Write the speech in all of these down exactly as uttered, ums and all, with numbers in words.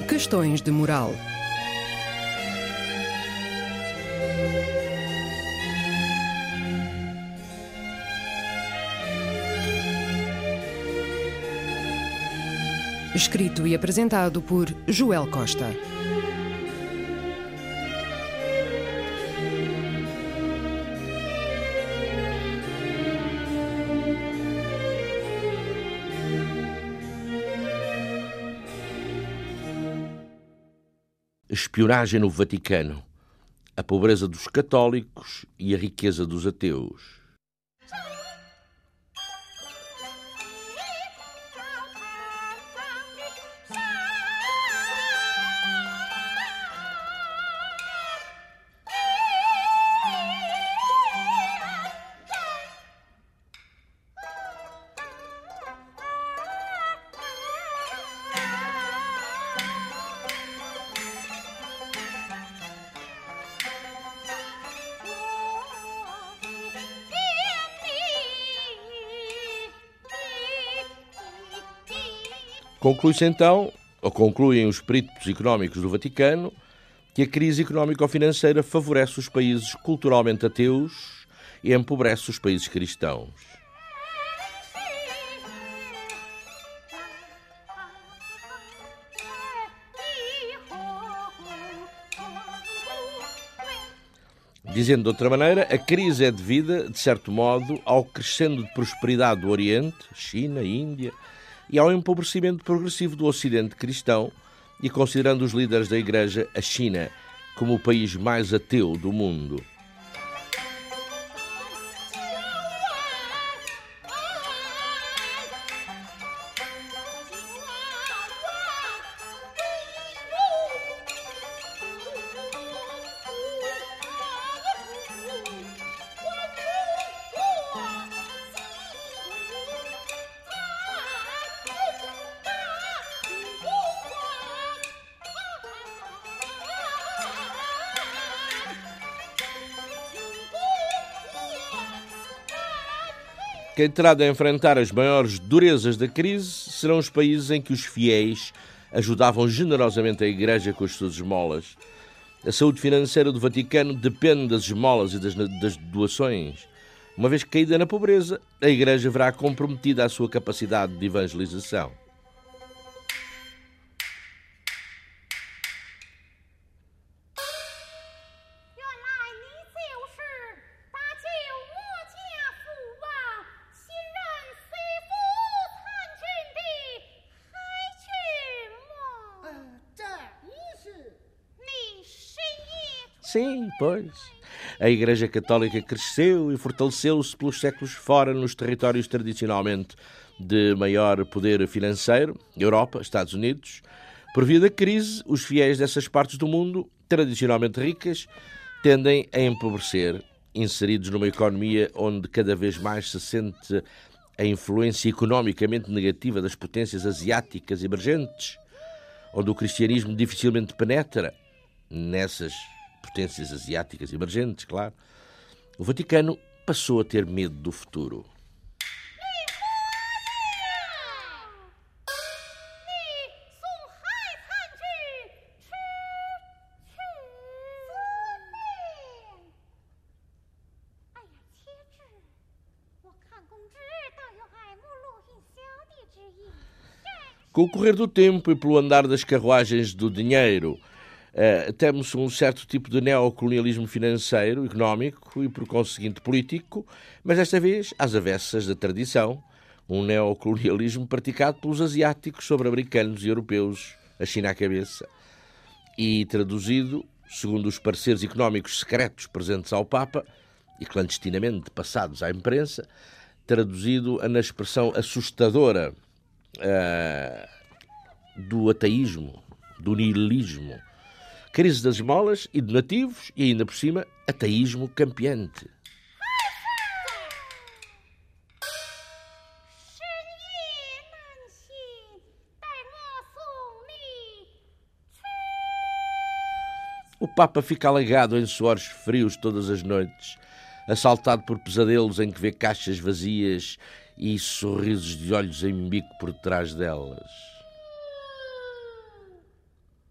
Questões de moral. Escrito e apresentado por Joel Costa. Espionagem no Vaticano, a pobreza dos católicos e a riqueza dos ateus. Conclui-se então, ou concluem os peritos económicos do Vaticano, que a crise económico-financeira favorece os países culturalmente ateus e empobrece os países cristãos. Dizendo de outra maneira, a crise é devida, de certo modo, ao crescendo de prosperidade do Oriente, China, Índia, e ao empobrecimento progressivo do Ocidente cristão, e considerando os líderes da Igreja a China como o país mais ateu do mundo. Quem terá de enfrentar as maiores durezas da crise serão os países em que os fiéis ajudavam generosamente a Igreja com as suas esmolas. A saúde financeira do Vaticano depende das esmolas e das, das doações. Uma vez caída na pobreza, a Igreja verá comprometida a sua capacidade de evangelização. Sim, pois. A Igreja Católica cresceu e fortaleceu-se pelos séculos fora nos territórios tradicionalmente de maior poder financeiro, Europa, Estados Unidos. Por via da crise, os fiéis dessas partes do mundo, tradicionalmente ricas, tendem a empobrecer, inseridos numa economia onde cada vez mais se sente a influência economicamente negativa das potências asiáticas emergentes, onde o cristianismo dificilmente penetra nessas potências asiáticas emergentes, claro. O Vaticano passou a ter medo do futuro. Com o correr do tempo e pelo andar das carruagens do dinheiro, Uh, temos um certo tipo de neocolonialismo financeiro, económico e, por conseguinte, político, mas desta vez às avessas da tradição, um neocolonialismo praticado pelos asiáticos sobre americanos e europeus, a China à cabeça, e traduzido, segundo os pareceres económicos secretos presentes ao Papa e clandestinamente passados à imprensa, traduzido na expressão assustadora uh, do ateísmo, do nihilismo, crise das esmolas e donativos e, ainda por cima, ateísmo campeante. O Papa fica alagado em suores frios todas as noites, assaltado por pesadelos em que vê caixas vazias e sorrisos de olhos em bico por detrás delas.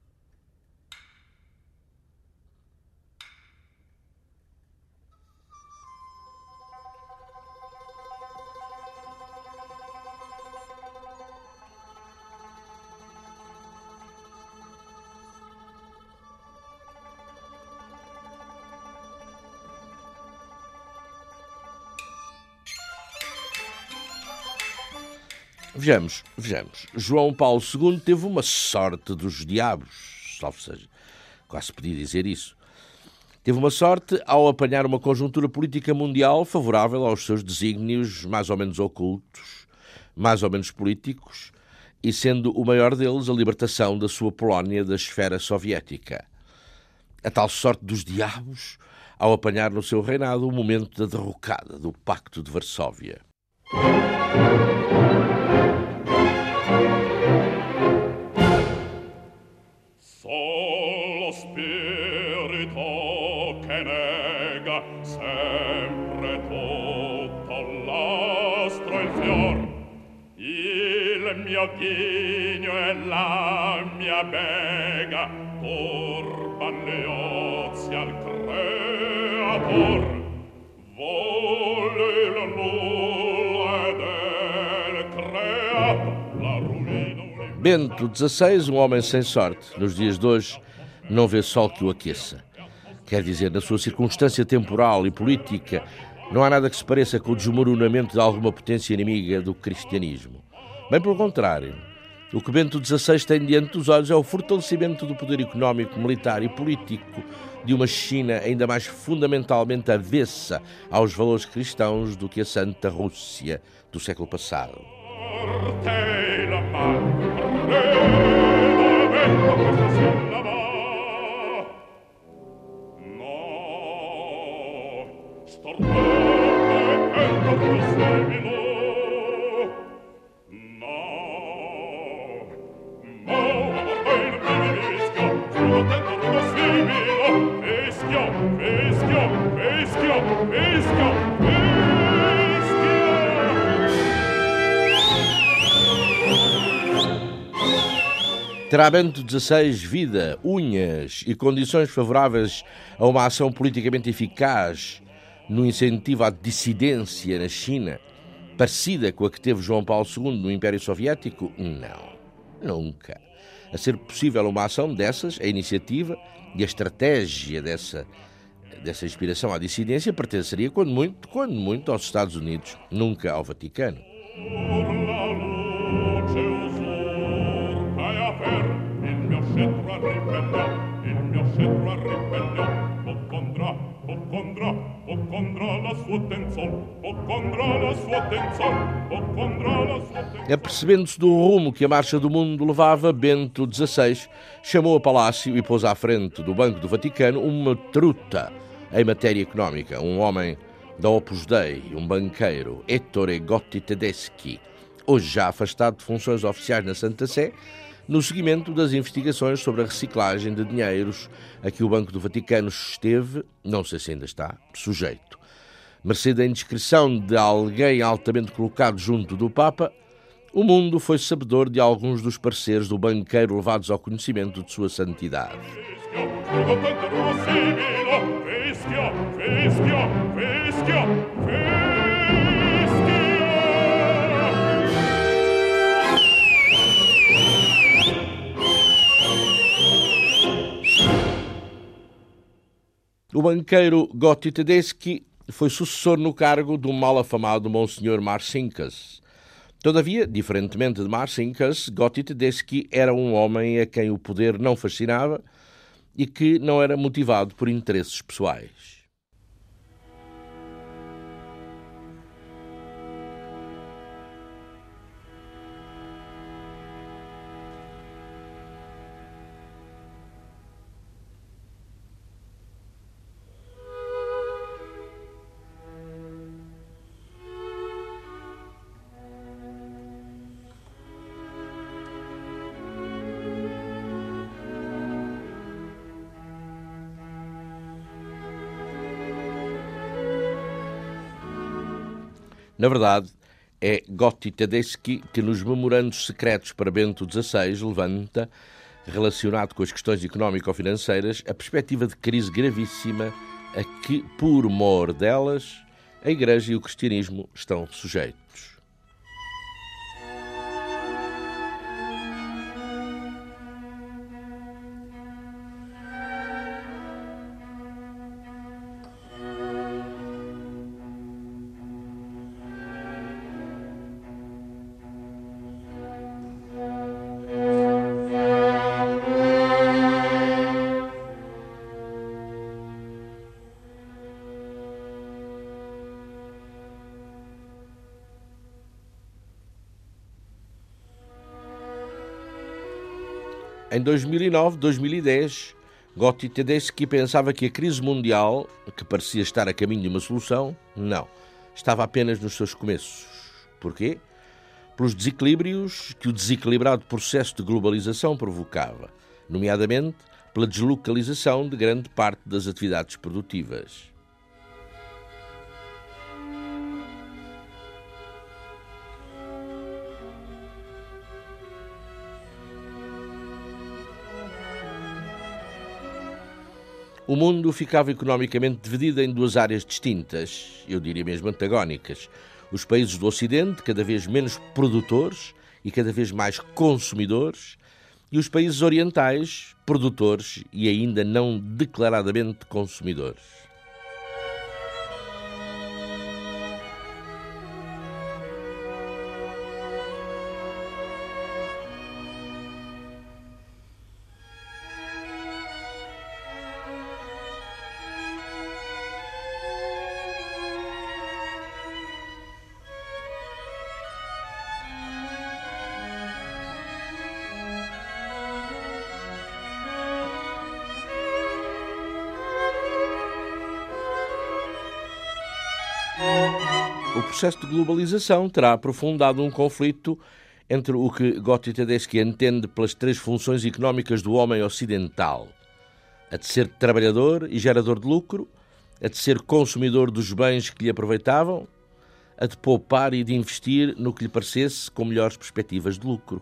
Vejamos, vejamos. João Paulo segundo teve uma sorte dos diabos, salvo seja, quase podia dizer isso. Teve uma sorte ao apanhar uma conjuntura política mundial favorável aos seus desígnios mais ou menos ocultos, mais ou menos políticos, e sendo o maior deles a libertação da sua Polónia da esfera soviética. A tal sorte dos diabos ao apanhar no seu reinado o momento da derrocada do Pacto de Varsóvia. Solo spirito che nega sempre tutto l'astro e il fior, il mio ghigno e la mia bega turban le ozi al creator. Vole il nulla e del creato la ruina. Bento dezasseis, um homem sem sorte, nos dias de hoje, não vê sol que o aqueça. Quer dizer, na sua circunstância temporal e política, não há nada que se pareça com o desmoronamento de alguma potência inimiga do cristianismo. Bem pelo contrário, o que Bento dezasseis tem diante dos olhos é o fortalecimento do poder económico, militar e político de uma China ainda mais fundamentalmente avessa aos valores cristãos do que a Santa Rússia do século passado. Terá Bento dezasseis vida, unhas e condições favoráveis a uma ação politicamente eficaz no incentivo à dissidência na China, parecida com a que teve João Paulo segundo no Império Soviético? Não, nunca. A ser possível uma ação dessas, a iniciativa e a estratégia dessa, dessa inspiração à dissidência pertenceria, quando muito, quando muito, aos Estados Unidos, nunca ao Vaticano. Apercebendo-se do rumo que a marcha do mundo levava, Bento dezasseis chamou a palácio e pôs à frente do Banco do Vaticano uma truta em matéria económica, um homem da Opus Dei, um banqueiro, Ettore Gotti Tedeschi, hoje já afastado de funções oficiais na Santa Sé, no seguimento das investigações sobre a reciclagem de dinheiros a que o Banco do Vaticano esteve, não sei se ainda está, sujeito. Mercê da indiscrição de alguém altamente colocado junto do Papa, o mundo foi sabedor de alguns dos pareceres do banqueiro levados ao conhecimento de sua santidade. O banqueiro Gotti Tedeschi foi sucessor no cargo do mal afamado Monsenhor Marcinkus. Todavia, diferentemente de Marcinkus, Gotti Tedeschi era um homem a quem o poder não fascinava e que não era motivado por interesses pessoais. Na verdade, é Gotti Tedeschi que, nos memorandos secretos para Bento dezasseis, levanta, relacionado com as questões económico-financeiras, a perspectiva de crise gravíssima a que, por mor delas, a Igreja e o cristianismo estão sujeitos. Em dois mil e nove, dois mil e dez, Gotti Tedeschi pensava que a crise mundial, que parecia estar a caminho de uma solução, não, estava apenas nos seus começos. Porquê? Pelos desequilíbrios que o desequilibrado processo de globalização provocava, nomeadamente pela deslocalização de grande parte das atividades produtivas. O mundo ficava economicamente dividido em duas áreas distintas, eu diria mesmo antagónicas. Os países do Ocidente, cada vez menos produtores e cada vez mais consumidores, e os países orientais, produtores e ainda não declaradamente consumidores. O processo de globalização terá aprofundado um conflito entre o que Gotti Tedeschi entende pelas três funções económicas do homem ocidental: a de ser trabalhador e gerador de lucro, a de ser consumidor dos bens que lhe aproveitavam, a de poupar e de investir no que lhe parecesse com melhores perspectivas de lucro.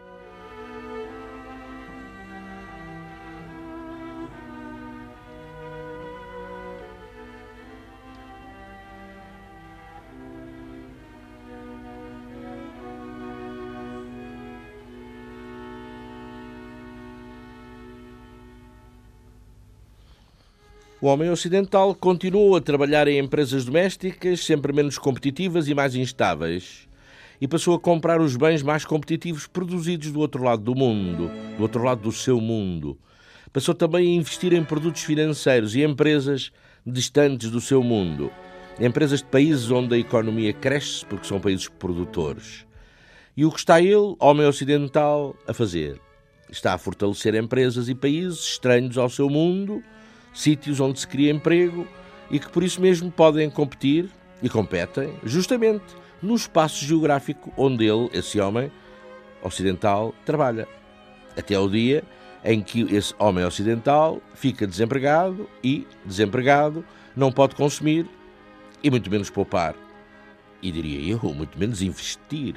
O homem ocidental continuou a trabalhar em empresas domésticas sempre menos competitivas e mais instáveis e passou a comprar os bens mais competitivos produzidos do outro lado do mundo, do outro lado do seu mundo. Passou também a investir em produtos financeiros e empresas distantes do seu mundo, empresas de países onde a economia cresce porque são países produtores. E o que está ele, homem ocidental, a fazer? Está a fortalecer empresas e países estranhos ao seu mundo, sítios onde se cria emprego e que por isso mesmo podem competir e competem justamente no espaço geográfico onde ele, esse homem ocidental, trabalha. Até ao dia em que esse homem ocidental fica desempregado e, desempregado, não pode consumir e muito menos poupar. E diria eu, muito menos investir.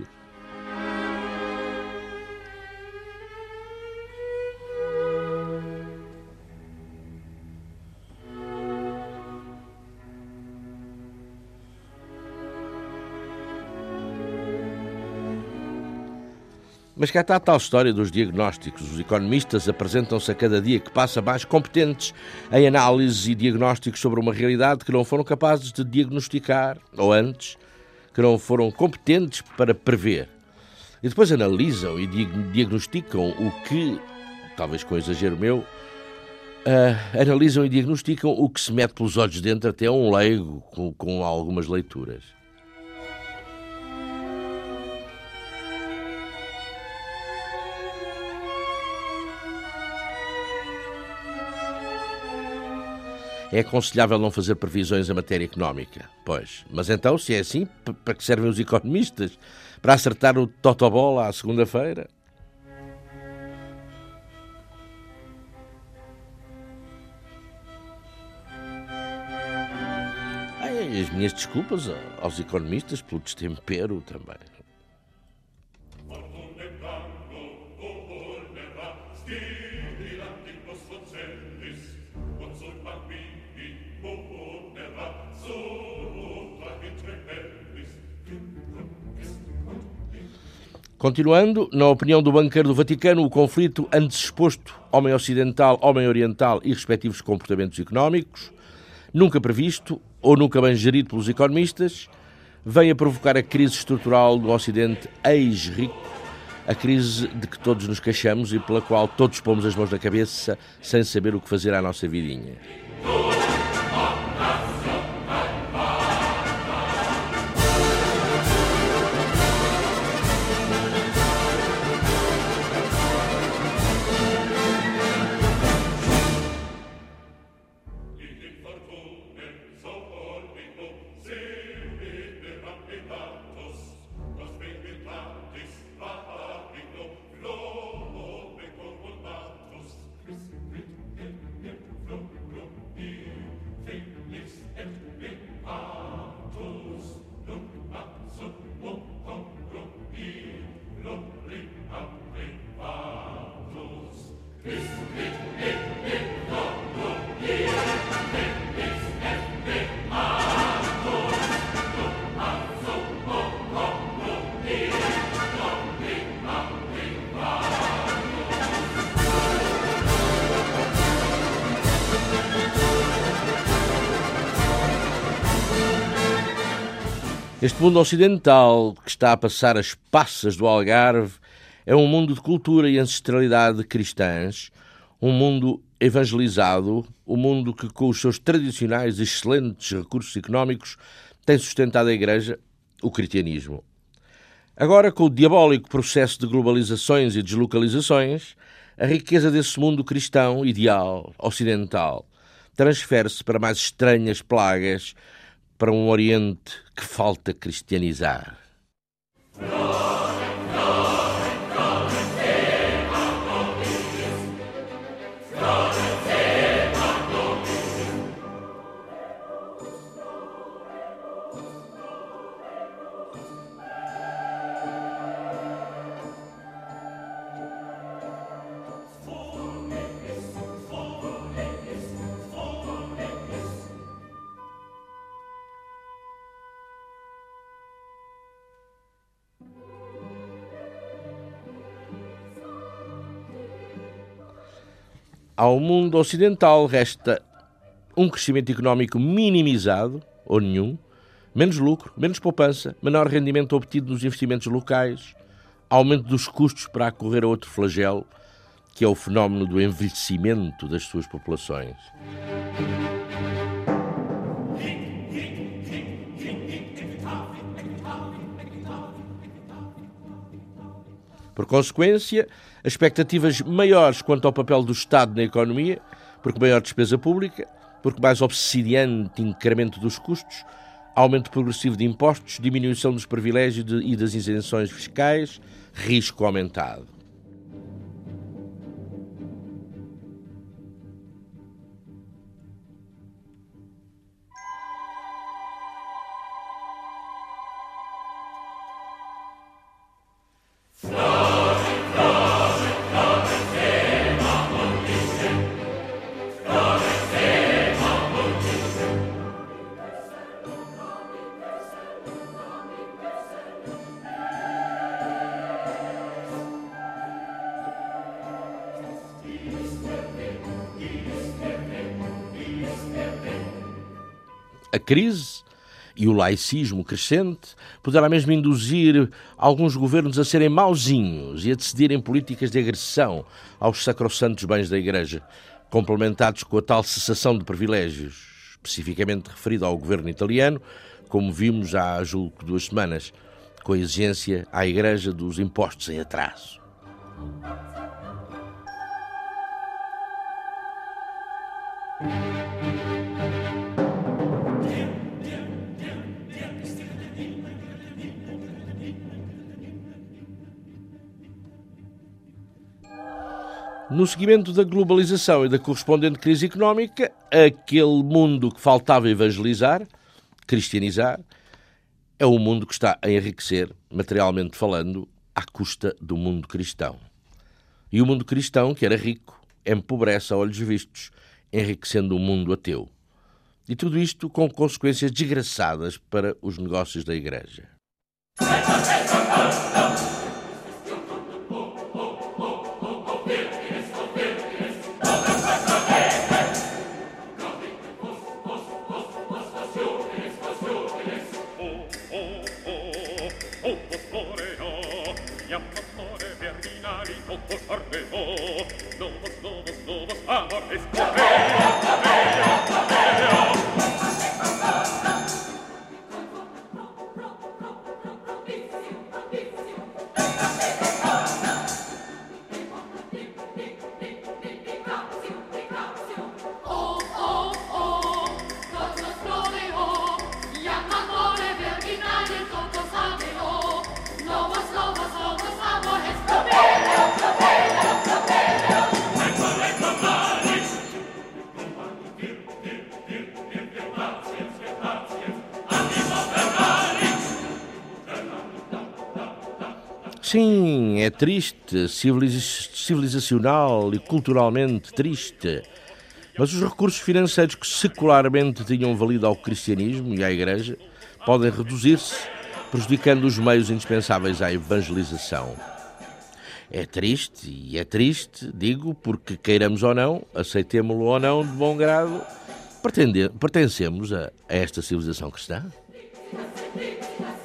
Mas cá está a tal história dos diagnósticos. Os economistas apresentam-se a cada dia que passa mais competentes em análises e diagnósticos sobre uma realidade que não foram capazes de diagnosticar, ou antes, que não foram competentes para prever. E depois analisam e diagnosticam o que, talvez com exagero meu, uh, analisam e diagnosticam o que se mete pelos olhos dentro até um leigo com, com algumas leituras. É aconselhável não fazer previsões em matéria económica. Pois, mas então, se é assim, para que servem os economistas? Para acertar o totobola à segunda-feira? Ai, as minhas desculpas aos economistas pelo destempero também. Continuando, na opinião do banqueiro do Vaticano, o conflito antes exposto, homem ocidental, homem oriental e respectivos comportamentos económicos, nunca previsto ou nunca bem gerido pelos economistas, vem a provocar a crise estrutural do Ocidente ex-rico, a crise de que todos nos queixamos e pela qual todos pomos as mãos na cabeça sem saber o que fazer à nossa vidinha. Este mundo ocidental que está a passar as passas do Algarve é um mundo de cultura e ancestralidade cristãs, um mundo evangelizado, um mundo que, com os seus tradicionais e excelentes recursos económicos, tem sustentado a Igreja, o cristianismo. Agora, com o diabólico processo de globalizações e deslocalizações, a riqueza desse mundo cristão ideal, ocidental, transfere-se para mais estranhas plagas, para um Oriente que falta cristianizar. Ao mundo ocidental resta um crescimento económico minimizado, ou nenhum, menos lucro, menos poupança, menor rendimento obtido nos investimentos locais, aumento dos custos para acorrer a outro flagelo, que é o fenómeno do envelhecimento das suas populações. Por consequência, expectativas maiores quanto ao papel do Estado na economia, porque maior despesa pública, porque mais obsidiante incremento dos custos, aumento progressivo de impostos, diminuição dos privilégios e das isenções fiscais, risco aumentado. A crise e o laicismo crescente poderá mesmo induzir alguns governos a serem mauzinhos e a decidirem políticas de agressão aos sacrossantos bens da Igreja, complementados com a tal cessação de privilégios, especificamente referido ao governo italiano, como vimos há, julgo, duas semanas, com a exigência à Igreja dos impostos em atraso. No seguimento da globalização e da correspondente crise económica, aquele mundo que faltava evangelizar, cristianizar, é o mundo que está a enriquecer, materialmente falando, à custa do mundo cristão. E o mundo cristão, que era rico, empobrece a olhos vistos, enriquecendo o mundo ateu. E tudo isto com consequências desgraçadas para os negócios da Igreja. Sim, é triste, civilizacional e culturalmente triste. Mas os recursos financeiros que secularmente tinham valido ao cristianismo e à Igreja podem reduzir-se, prejudicando os meios indispensáveis à evangelização. É triste, e é triste, digo, porque queiramos ou não, aceitemo-lo ou não de bom grado, pertencemos a, a esta civilização cristã.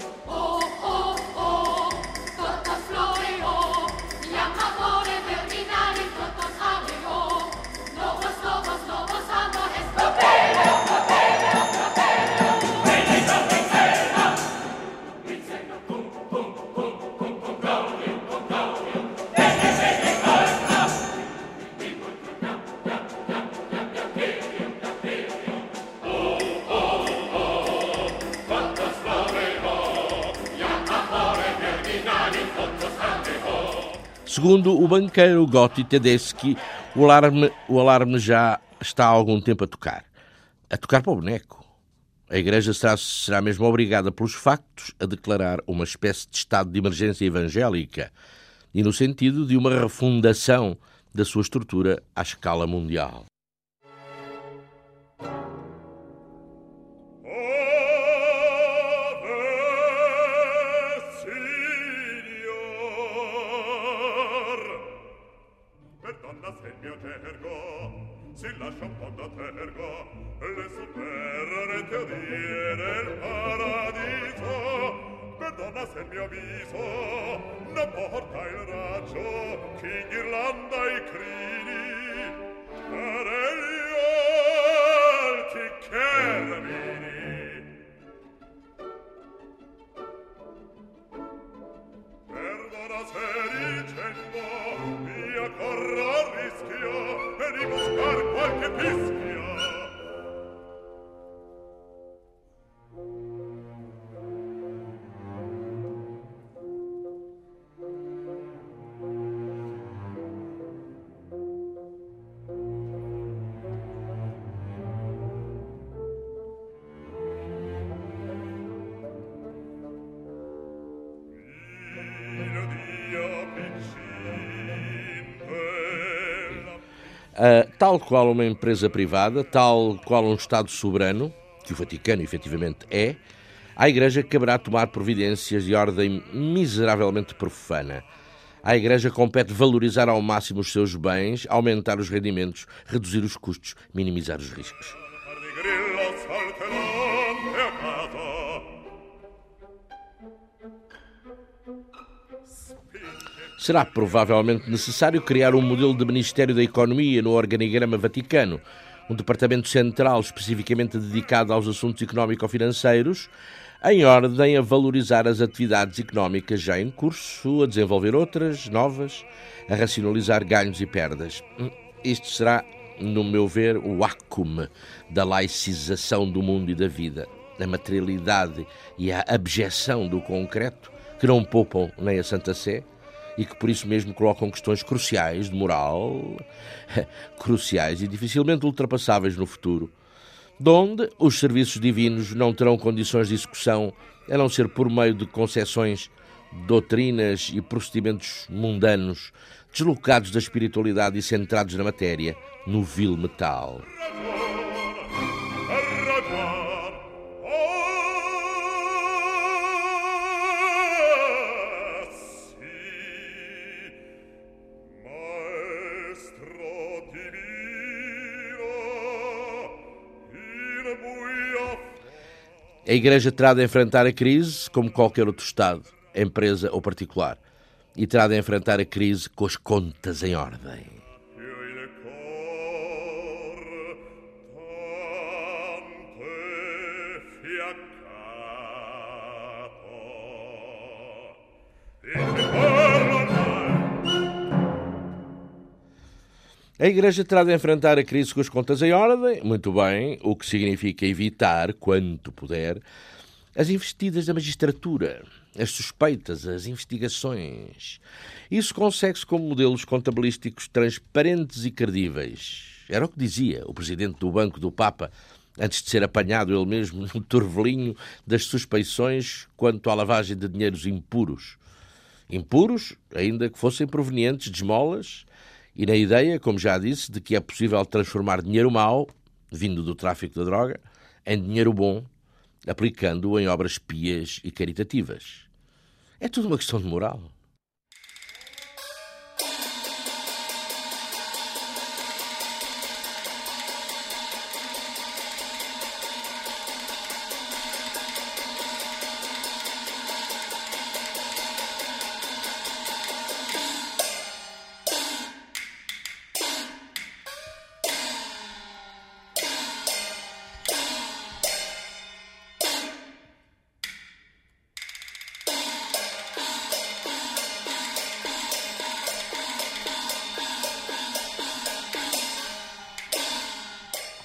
Segundo o banqueiro Gotti Tedeschi, o alarme, o alarme já está há algum tempo a tocar. A tocar para o boneco. A Igreja será, será mesmo obrigada pelos factos a declarar uma espécie de estado de emergência evangélica e no sentido de uma refundação da sua estrutura à escala mundial. Si lascia un po' da terga, le superre teorie del paradiso. Perdona se il mio viso non porta il raggio che in Irlanda i crini per gli alti cherubini. Perdona se dicendo io corro a rischio di buscar qualche fischia. Uh, tal qual uma empresa privada, tal qual um Estado soberano, que o Vaticano efetivamente é, à Igreja caberá tomar providências de ordem miseravelmente profana. À Igreja compete valorizar ao máximo os seus bens, aumentar os rendimentos, reduzir os custos, minimizar os riscos. Será provavelmente necessário criar um modelo de Ministério da Economia no organigrama vaticano, um departamento central especificamente dedicado aos assuntos económico-financeiros, em ordem a valorizar as atividades económicas já em curso, a desenvolver outras, novas, a racionalizar ganhos e perdas. Isto será, no meu ver, o ácume da laicização do mundo e da vida, a materialidade e a abjeção do concreto, que não poupam nem a Santa Sé, e que por isso mesmo colocam questões cruciais de moral, cruciais e dificilmente ultrapassáveis no futuro, donde os serviços divinos não terão condições de execução a não ser por meio de concessões, doutrinas e procedimentos mundanos, deslocados da espiritualidade e centrados na matéria, no vil metal. A Igreja terá de enfrentar a crise como qualquer outro Estado, empresa ou particular, e terá de enfrentar a crise com as contas em ordem. A Igreja terá de enfrentar a crise com as contas em ordem, muito bem, o que significa evitar, quanto puder, as investidas da magistratura, as suspeitas, as investigações. Isso consegue-se com modelos contabilísticos transparentes e credíveis. Era o que dizia o presidente do Banco do Papa, antes de ser apanhado ele mesmo no turvelinho das suspeições quanto à lavagem de dinheiros impuros. Impuros, ainda que fossem provenientes de esmolas, e na ideia, como já disse, de que é possível transformar dinheiro mau, vindo do tráfico da droga, em dinheiro bom, aplicando-o em obras pias e caritativas. É tudo uma questão de moral.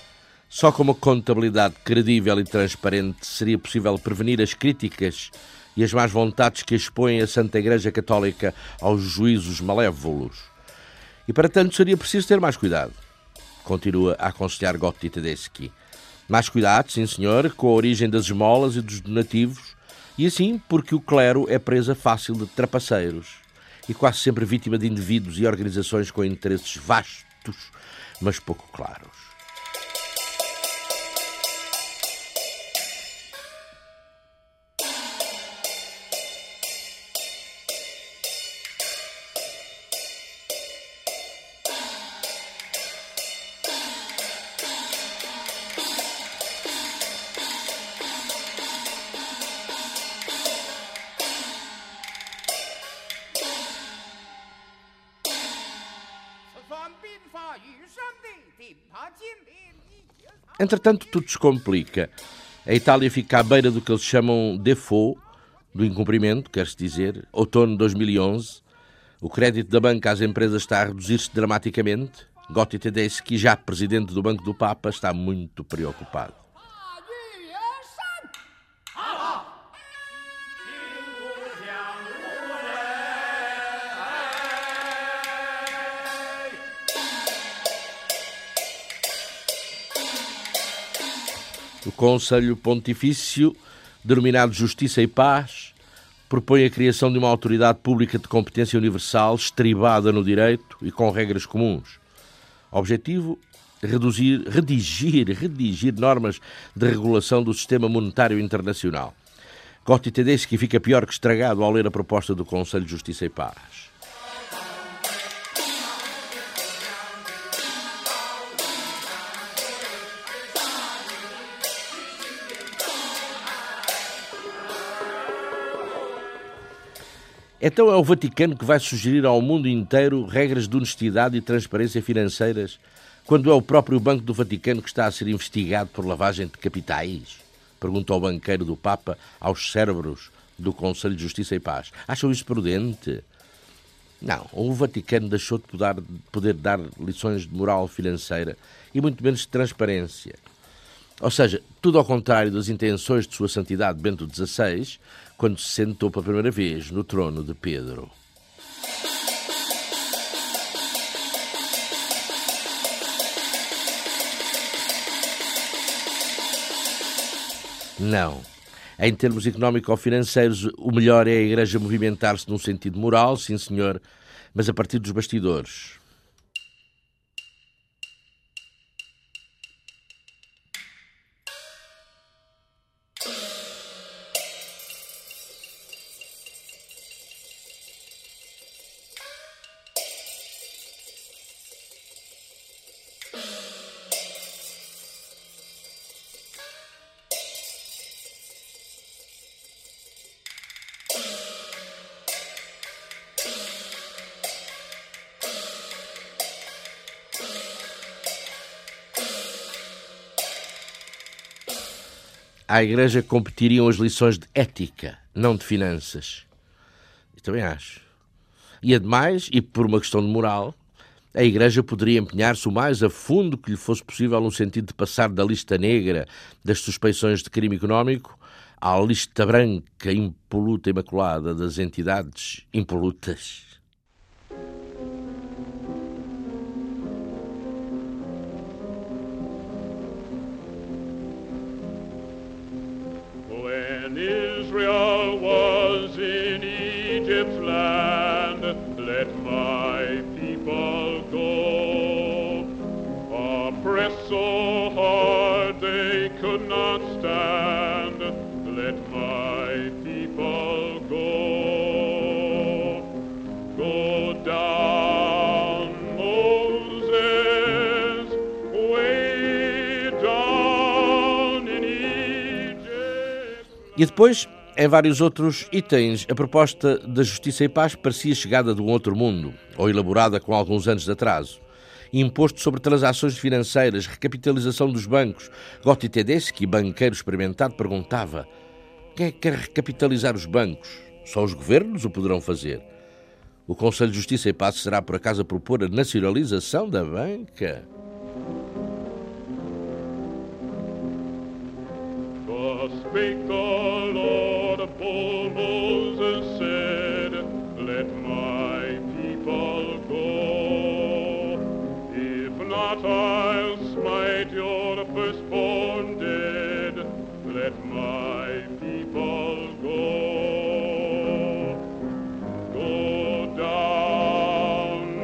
Só com uma contabilidade credível e transparente seria possível prevenir as críticas e as más vontades que expõem a Santa Igreja Católica aos juízos malévolos. E para tanto seria preciso ter mais cuidado, continua a aconselhar Gotti Tedeschi. Mais cuidado, sim senhor, com a origem das esmolas e dos donativos, e assim porque o clero é presa fácil de trapaceiros e quase sempre vítima de indivíduos e organizações com interesses vastos, mas pouco claros. Entretanto, tudo se complica. A Itália fica à beira do que eles chamam default, do incumprimento, quer-se dizer, outono de dois mil e onze. O crédito da banca às empresas está a reduzir-se dramaticamente. Gotti Tedeschi, já presidente do Banco do Papa, está muito preocupado. O Conselho Pontifício, denominado Justiça e Paz, propõe a criação de uma autoridade pública de competência universal, estribada no direito e com regras comuns. Objetivo: reduzir, redigir, redigir normas de regulação do sistema monetário internacional. Gotti Tedeschi fica pior que estragado ao ler a proposta do Conselho de Justiça e Paz. Então é o Vaticano que vai sugerir ao mundo inteiro regras de honestidade e transparência financeiras, quando é o próprio Banco do Vaticano que está a ser investigado por lavagem de capitais? Pergunta o banqueiro do Papa aos cérebros do Conselho de Justiça e Paz. Acham isso prudente? Não, o Vaticano deixou de poder, poder dar lições de moral financeira e muito menos de transparência. Ou seja, tudo ao contrário das intenções de Sua Santidade Bento dezasseis, quando se sentou pela primeira vez no trono de Pedro. Não. Em termos económico-financeiros, o melhor é a Igreja movimentar-se num sentido moral, sim senhor, mas a partir dos bastidores. À Igreja competiriam as lições de ética, não de finanças. Eu também acho. E ademais, e por uma questão de moral, a Igreja poderia empenhar-se o mais a fundo que lhe fosse possível no sentido de passar da lista negra das suspeições de crime económico à lista branca, impoluta, imaculada das entidades impolutas. When Israel was in Egypt's land, let my people go. Oppressed so hard they could not stand, let my people go. Go down, Moses, way down in Egypt. E depois, em vários outros itens, a proposta da Justiça e Paz parecia chegada de um outro mundo, ou elaborada com alguns anos de atraso. Imposto sobre transações financeiras, recapitalização dos bancos. Gotti Tedeschi, banqueiro experimentado, perguntava: quem é que quer recapitalizar os bancos? Só os governos o poderão fazer. O Conselho de Justiça e Paz será por acaso a propor a nacionalização da banca? Thus spake the Lord the bold Moses said, let my people go. If not, I'll smite your firstborn dead. Let my people go. Go down,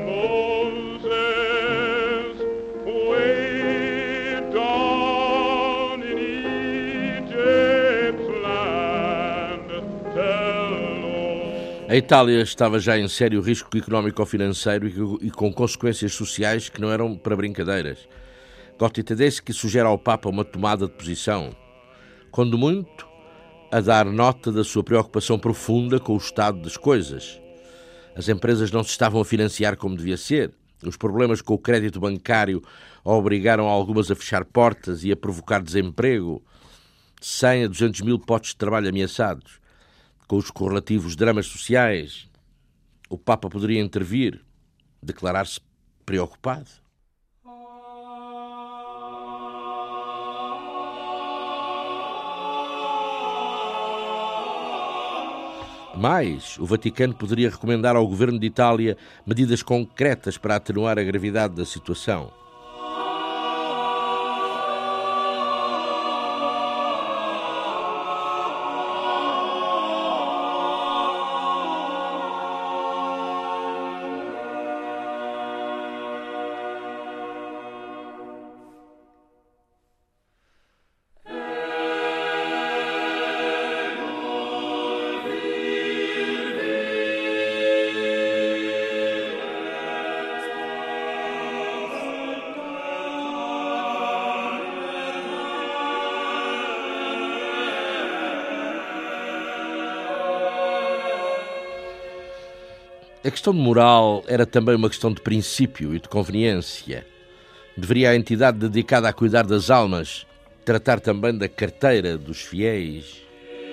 Moses, way down in Egypt's land. Tell Lord. A Itália estava já em sério risco económico-financeiro e com consequências sociais que não eram para brincadeiras. Gotti Tedeschi sugere ao Papa uma tomada de posição, quando muito, a dar nota da sua preocupação profunda com o estado das coisas. As empresas não se estavam a financiar como devia ser. Os problemas com o crédito bancário obrigaram algumas a fechar portas e a provocar desemprego. cem a duzentos mil postos de trabalho ameaçados. Com os correlativos dramas sociais, o Papa poderia intervir, declarar-se preocupado. Mais, o Vaticano poderia recomendar ao governo de Itália medidas concretas para atenuar a gravidade da situação. A questão de moral era também uma questão de princípio e de conveniência. Deveria a entidade dedicada a cuidar das almas tratar também da carteira dos fiéis?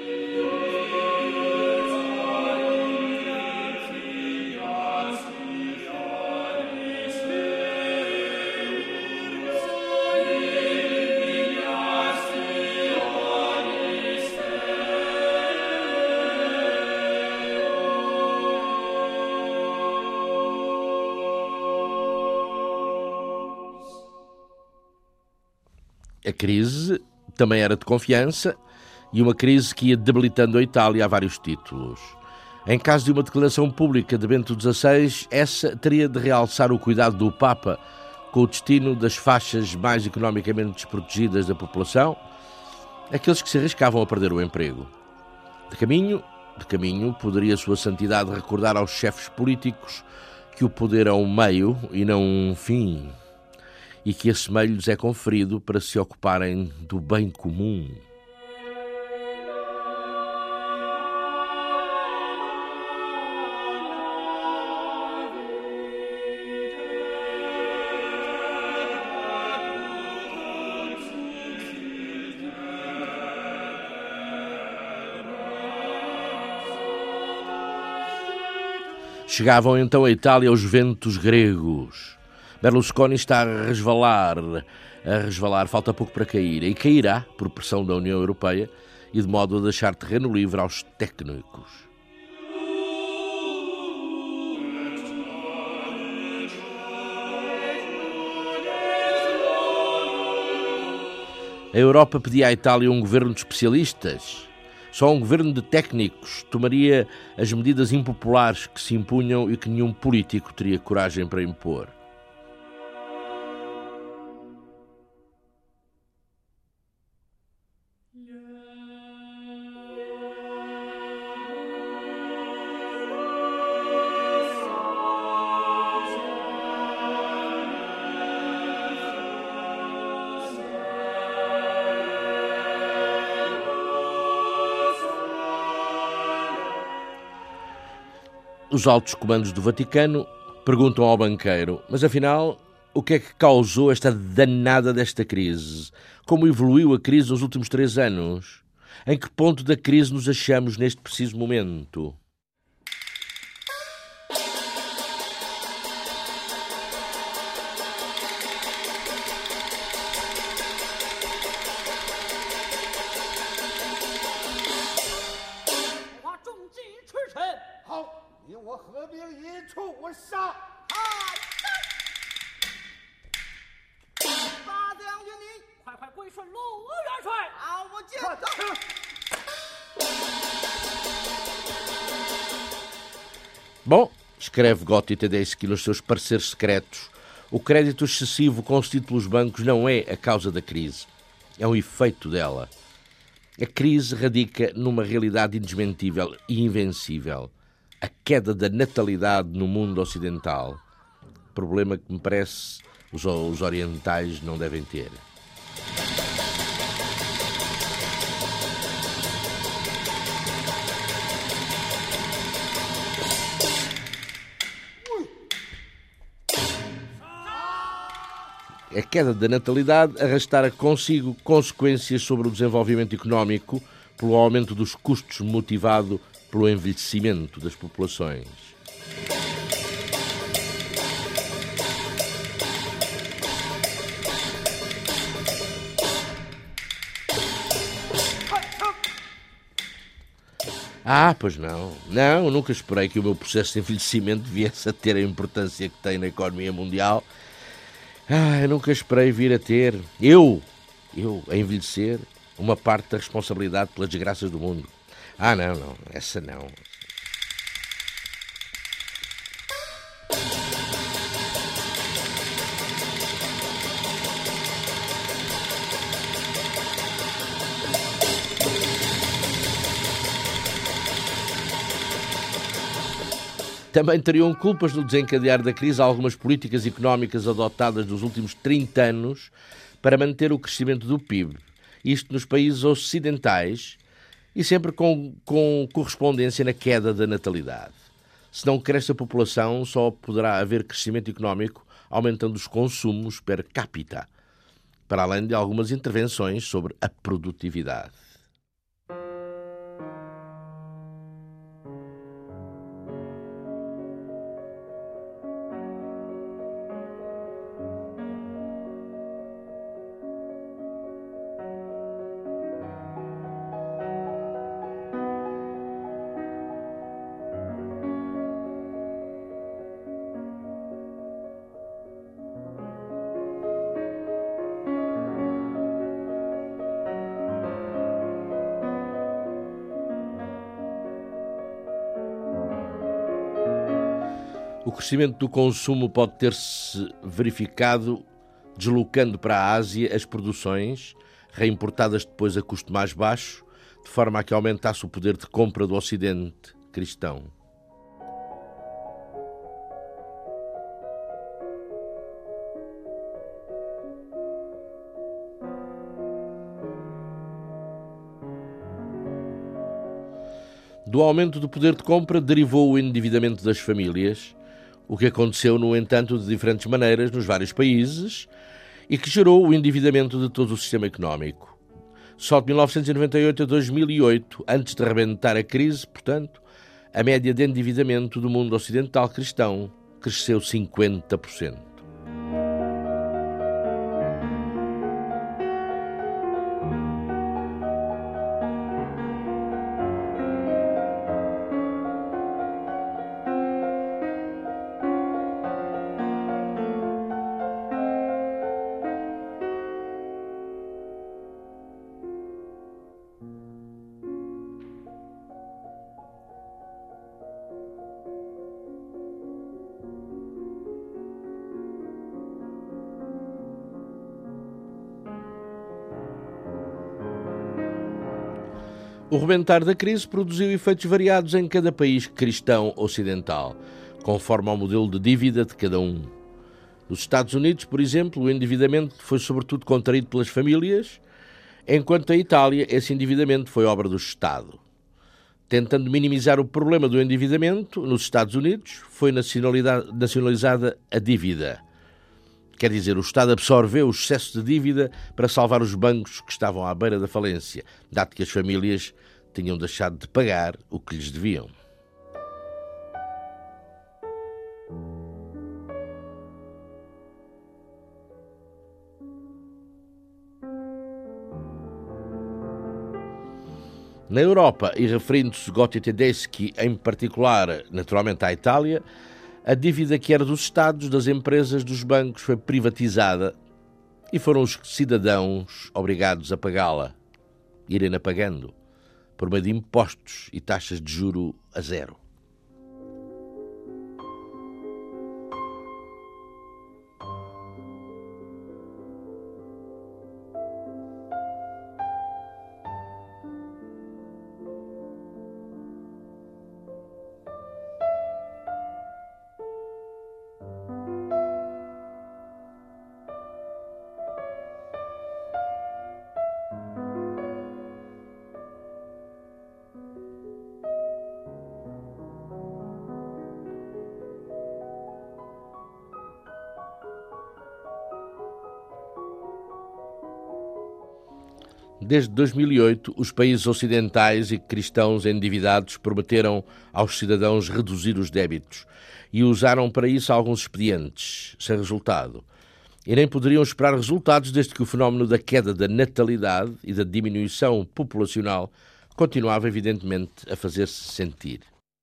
A crise também era de confiança e uma crise que ia debilitando a Itália a vários títulos. Em caso de uma declaração pública de Bento dezasseis, essa teria de realçar o cuidado do Papa com o destino das faixas mais economicamente desprotegidas da população, aqueles que se arriscavam a perder o emprego. De caminho, de caminho, poderia Sua Santidade recordar aos chefes políticos que o poder é um meio e não um fim, e que esse meio lhes é conferido para se ocuparem do bem comum. Chegavam então à Itália os ventos gregos. Berlusconi está a resvalar, a resvalar, falta pouco para cair, e cairá por pressão da União Europeia e de modo a deixar terreno livre aos técnicos. A Europa pedia à Itália um governo de especialistas. Só um governo de técnicos tomaria as medidas impopulares que se impunham e que nenhum político teria coragem para impor. Os altos comandos do Vaticano perguntam ao banqueiro, mas afinal, o que é que causou esta danada desta crise? Como evoluiu a crise nos últimos três anos? Em que ponto da crise nos achamos neste preciso momento? 归顺喽，元帅。 啊，我见到。 Bom, escreve Gotti Tedeschi nos seus pareceres secretos, o crédito excessivo concedido pelos bancos não é a causa da crise, é um efeito dela. A crise radica numa realidade indesmentível e invencível, a queda da natalidade no mundo ocidental, problema que me parece os, os orientais não devem ter. A queda da natalidade arrastara consigo consequências sobre o desenvolvimento económico pelo aumento dos custos motivado pelo envelhecimento das populações. Ah, pois não. Não, nunca esperei que o meu processo de envelhecimento viesse a ter a importância que tem na economia mundial. Ah, eu nunca esperei vir a ter, eu, eu, a envelhecer, uma parte da responsabilidade pelas desgraças do mundo. Ah, não, não, essa não. Também teriam culpas no desencadear da crise algumas políticas económicas adotadas nos últimos trinta anos para manter o crescimento do P I B, isto nos países ocidentais e sempre com, com correspondência na queda da natalidade. Se não cresce a população, só poderá haver crescimento económico aumentando os consumos per capita, para além de algumas intervenções sobre a produtividade. O crescimento do consumo pode ter-se verificado deslocando para a Ásia as produções, reimportadas depois a custo mais baixo, de forma a que aumentasse o poder de compra do Ocidente cristão. Do aumento do poder de compra derivou o endividamento das famílias, o que aconteceu, no entanto, de diferentes maneiras nos vários países e que gerou o endividamento de todo o sistema económico. Só de mil novecentos e noventa e oito a dois mil e oito, antes de rebentar a crise, portanto, a média de endividamento do mundo ocidental cristão cresceu cinquenta por cento. O rebentar da crise produziu efeitos variados em cada país cristão ocidental, conforme ao modelo de dívida de cada um. Nos Estados Unidos, por exemplo, o endividamento foi sobretudo contraído pelas famílias, enquanto em Itália esse endividamento foi obra do Estado. Tentando minimizar o problema do endividamento, nos Estados Unidos foi nacionalizada a dívida. Quer dizer, o Estado absorveu o excesso de dívida para salvar os bancos que estavam à beira da falência, dado que as famílias tinham deixado de pagar o que lhes deviam. Na Europa, e referindo-se Gotti Tedeschi em particular, naturalmente à Itália, a dívida que era dos Estados, das empresas, dos bancos foi privatizada e foram os cidadãos obrigados a pagá-la, irem-na pagando, por meio de impostos e taxas de juro a zero. Desde dois mil e oito, os países ocidentais e cristãos endividados prometeram aos cidadãos reduzir os débitos e usaram para isso alguns expedientes, sem resultado. E nem poderiam esperar resultados desde que o fenómeno da queda da natalidade e da diminuição populacional continuava, evidentemente, a fazer-se sentir.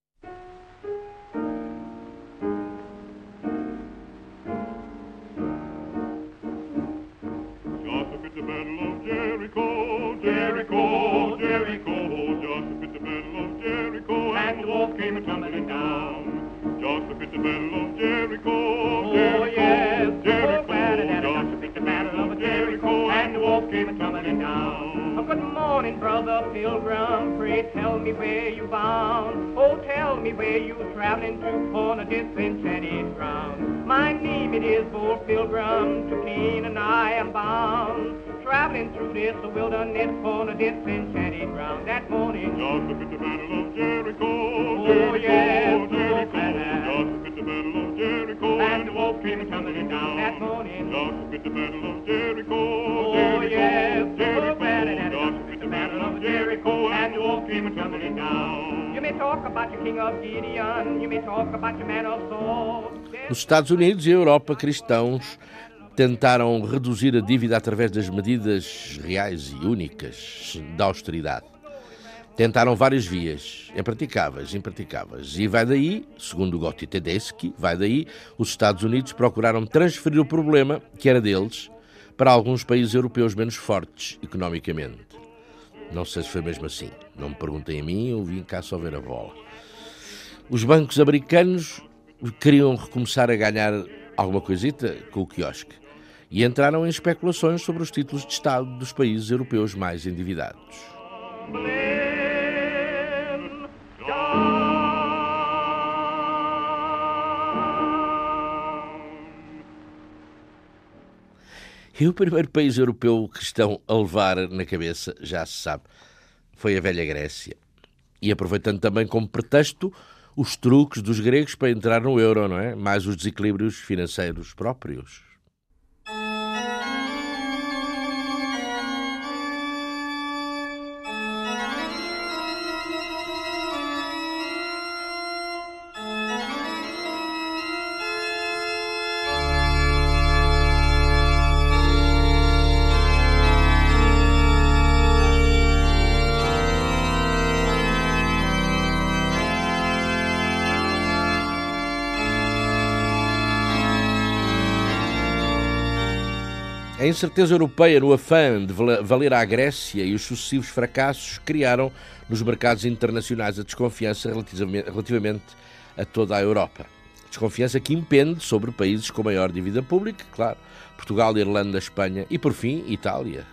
Jericho, Jericho, just at the battle of Jericho, and the wall came tumbling down. Just at the battle of Jericho, Oh yes, Jericho, oh glad that I just at the battle of Jericho, and the wall came tumbling down. Oh, good morning, brother Pilgrim, pray tell me where you bound. Oh, tell me where you traveling to on a disenchanted ground. My name it is Bold Pilgrim, to Canaan I am bound. Traveling through this wilderness on a disenchanted ground. That morning, just at the battle of Jericho, oh yes, Jericho, oh Jericho, glad. just at the battle of Jericho, And the wall came tumbling down. That morning, just at the battle of Jericho, oh yes, oh Jericho, glad that just at the battle of Jericho, and the wall came tumbling down. You may talk about your king of Gideon, you may talk about your man of Saul. Nos Estados Unidos e a Europa, cristãos tentaram reduzir a dívida através das medidas reais e únicas da austeridade. Tentaram várias vias, impraticáveis, impraticáveis. E vai daí, segundo Gotti Tedeschi, vai daí, os Estados Unidos procuraram transferir o problema, que era deles, para alguns países europeus menos fortes economicamente. Não sei se foi mesmo assim. Não me perguntem a mim, eu vim cá só ver a bola. Os bancos americanos queriam recomeçar a ganhar alguma coisita com o quiosque e entraram em especulações sobre os títulos de Estado dos países europeus mais endividados. E o primeiro país europeu cristão a levar na cabeça, já se sabe, foi a velha Grécia. E aproveitando também como pretexto os truques dos gregos para entrar no euro, não é? Mais os desequilíbrios financeiros próprios. A incerteza europeia no afã de valer à Grécia e os sucessivos fracassos criaram nos mercados internacionais a desconfiança relativamente a toda a Europa. Desconfiança que impende sobre países com maior dívida pública, claro, Portugal, Irlanda, Espanha e, por fim, Itália.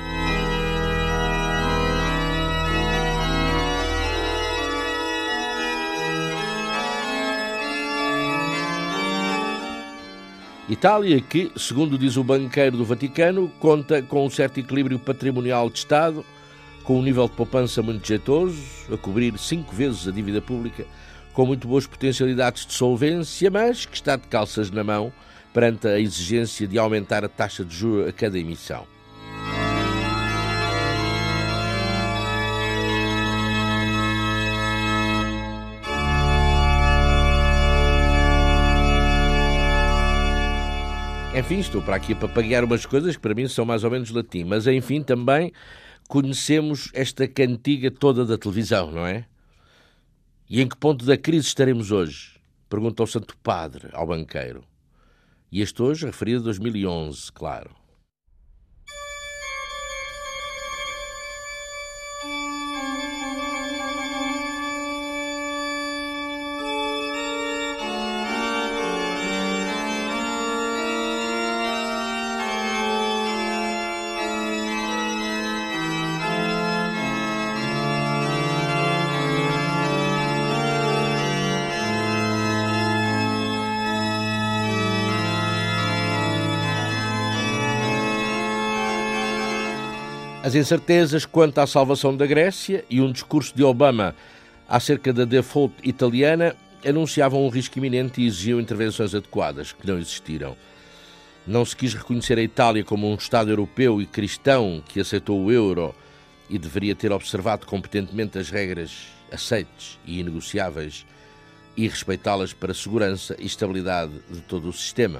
Itália que, segundo diz o banqueiro do Vaticano, conta com um certo equilíbrio patrimonial de Estado, com um nível de poupança muito jeitoso, a cobrir cinco vezes a dívida pública, com muito boas potencialidades de solvência, mas que está de calças na mão perante a exigência de aumentar a taxa de juros a cada emissão. Enfim, estou para aqui para pagar umas coisas que para mim são mais ou menos latim, mas enfim, também conhecemos esta cantiga toda da televisão, não é? E em que ponto da crise estaremos hoje? Pergunta o Santo Padre ao banqueiro. E este hoje referido a dois mil e onze, claro. As incertezas quanto à salvação da Grécia e um discurso de Obama acerca da default italiana anunciavam um risco iminente e exigiam intervenções adequadas, que não existiram. Não se quis reconhecer a Itália como um Estado europeu e cristão que aceitou o euro e deveria ter observado competentemente as regras aceites e inegociáveis e respeitá-las para a segurança e estabilidade de todo o sistema.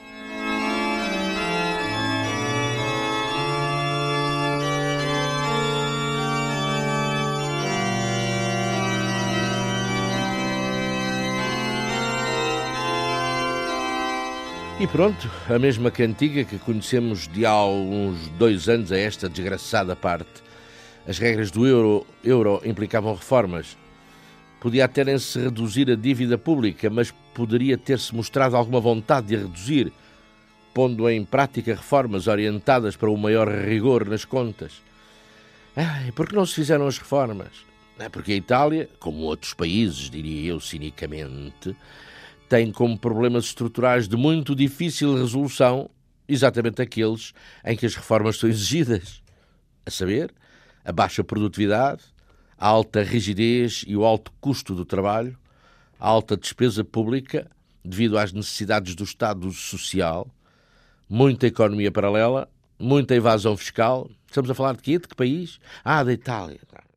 E pronto, a mesma cantiga que conhecemos de há uns dois anos a esta desgraçada parte. As regras do euro, euro implicavam reformas. Podia terem-se reduzir a dívida pública, mas poderia ter-se mostrado alguma vontade de a reduzir, pondo em prática reformas orientadas para um maior rigor nas contas. Ai, por que não se fizeram as reformas? É porque a Itália, como outros países, diria eu cinicamente, tem como problemas estruturais de muito difícil resolução exatamente aqueles em que as reformas são exigidas. A saber, a baixa produtividade, a alta rigidez e o alto custo do trabalho, a alta despesa pública devido às necessidades do Estado social, muita economia paralela, muita evasão fiscal. Estamos a falar de quê? De que país? Ah, da Itália.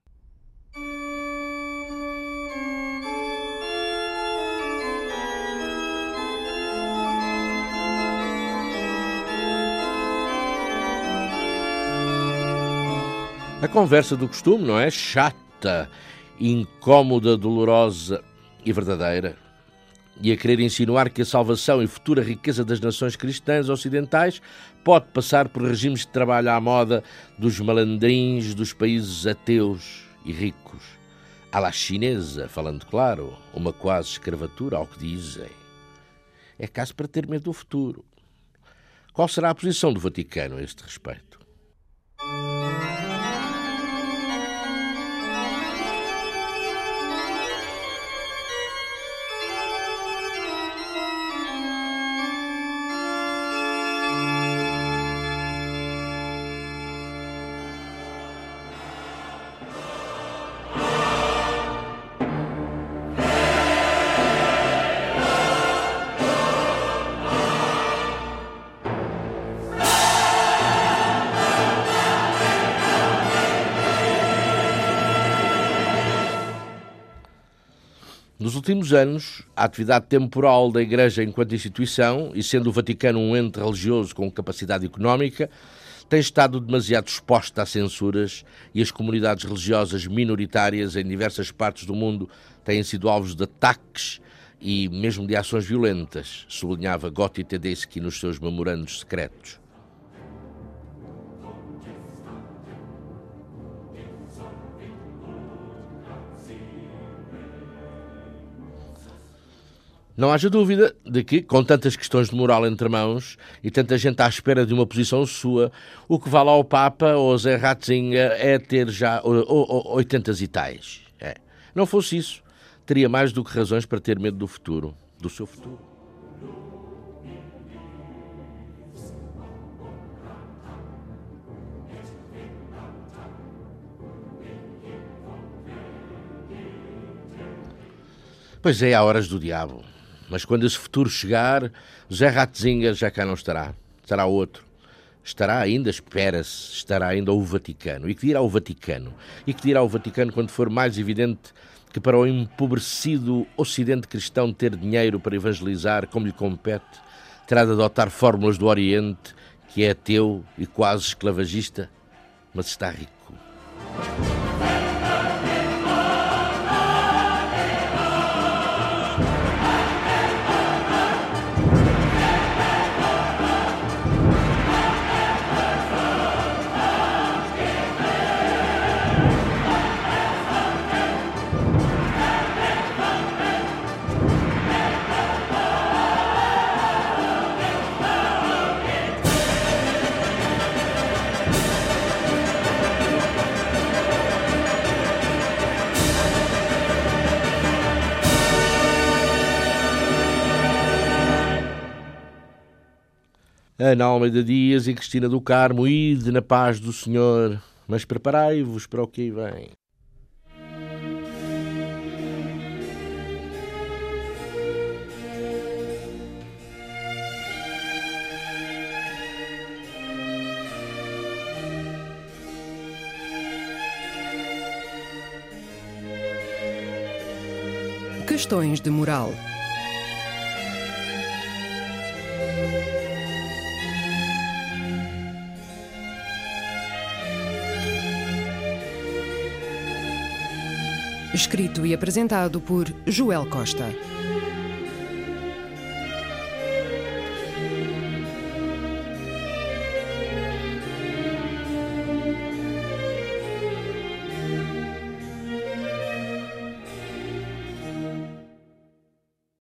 A conversa do costume, não é? Chata, incómoda, dolorosa e verdadeira. E a querer insinuar que a salvação e futura riqueza das nações cristãs ocidentais pode passar por regimes de trabalho à moda dos malandrins dos países ateus e ricos. À la chinesa, falando claro, uma quase escravatura ao que dizem. É caso para ter medo do futuro. Qual será a posição do Vaticano a este respeito? Nos últimos anos, a atividade temporal da Igreja enquanto instituição, e sendo o Vaticano um ente religioso com capacidade económica, tem estado demasiado exposta a censuras e as comunidades religiosas minoritárias em diversas partes do mundo têm sido alvos de ataques e mesmo de ações violentas, sublinhava Gotti Tedeschi nos seus memorandos secretos. Não haja dúvida de que, com tantas questões de moral entre mãos e tanta gente à espera de uma posição sua, o que vale ao Papa ou Zé Ratzinger é ter já oitentas e tais. É. Não fosse isso, teria mais do que razões para ter medo do futuro, do seu futuro. Pois é, há horas do diabo. Mas quando esse futuro chegar, Zé Ratzinger já cá não estará. Estará outro. Estará ainda, espera-se, estará ainda o Vaticano. E que dirá o Vaticano? E que dirá o Vaticano quando for mais evidente que para o empobrecido ocidente cristão ter dinheiro para evangelizar como lhe compete, terá de adotar fórmulas do Oriente, que é ateu e quase esclavagista, mas está rico. Ana Almeida Dias e Cristina do Carmo, ide na paz do Senhor, mas preparai-vos para o que aí vem. Questões de moral. Escrito e apresentado por Joel Costa.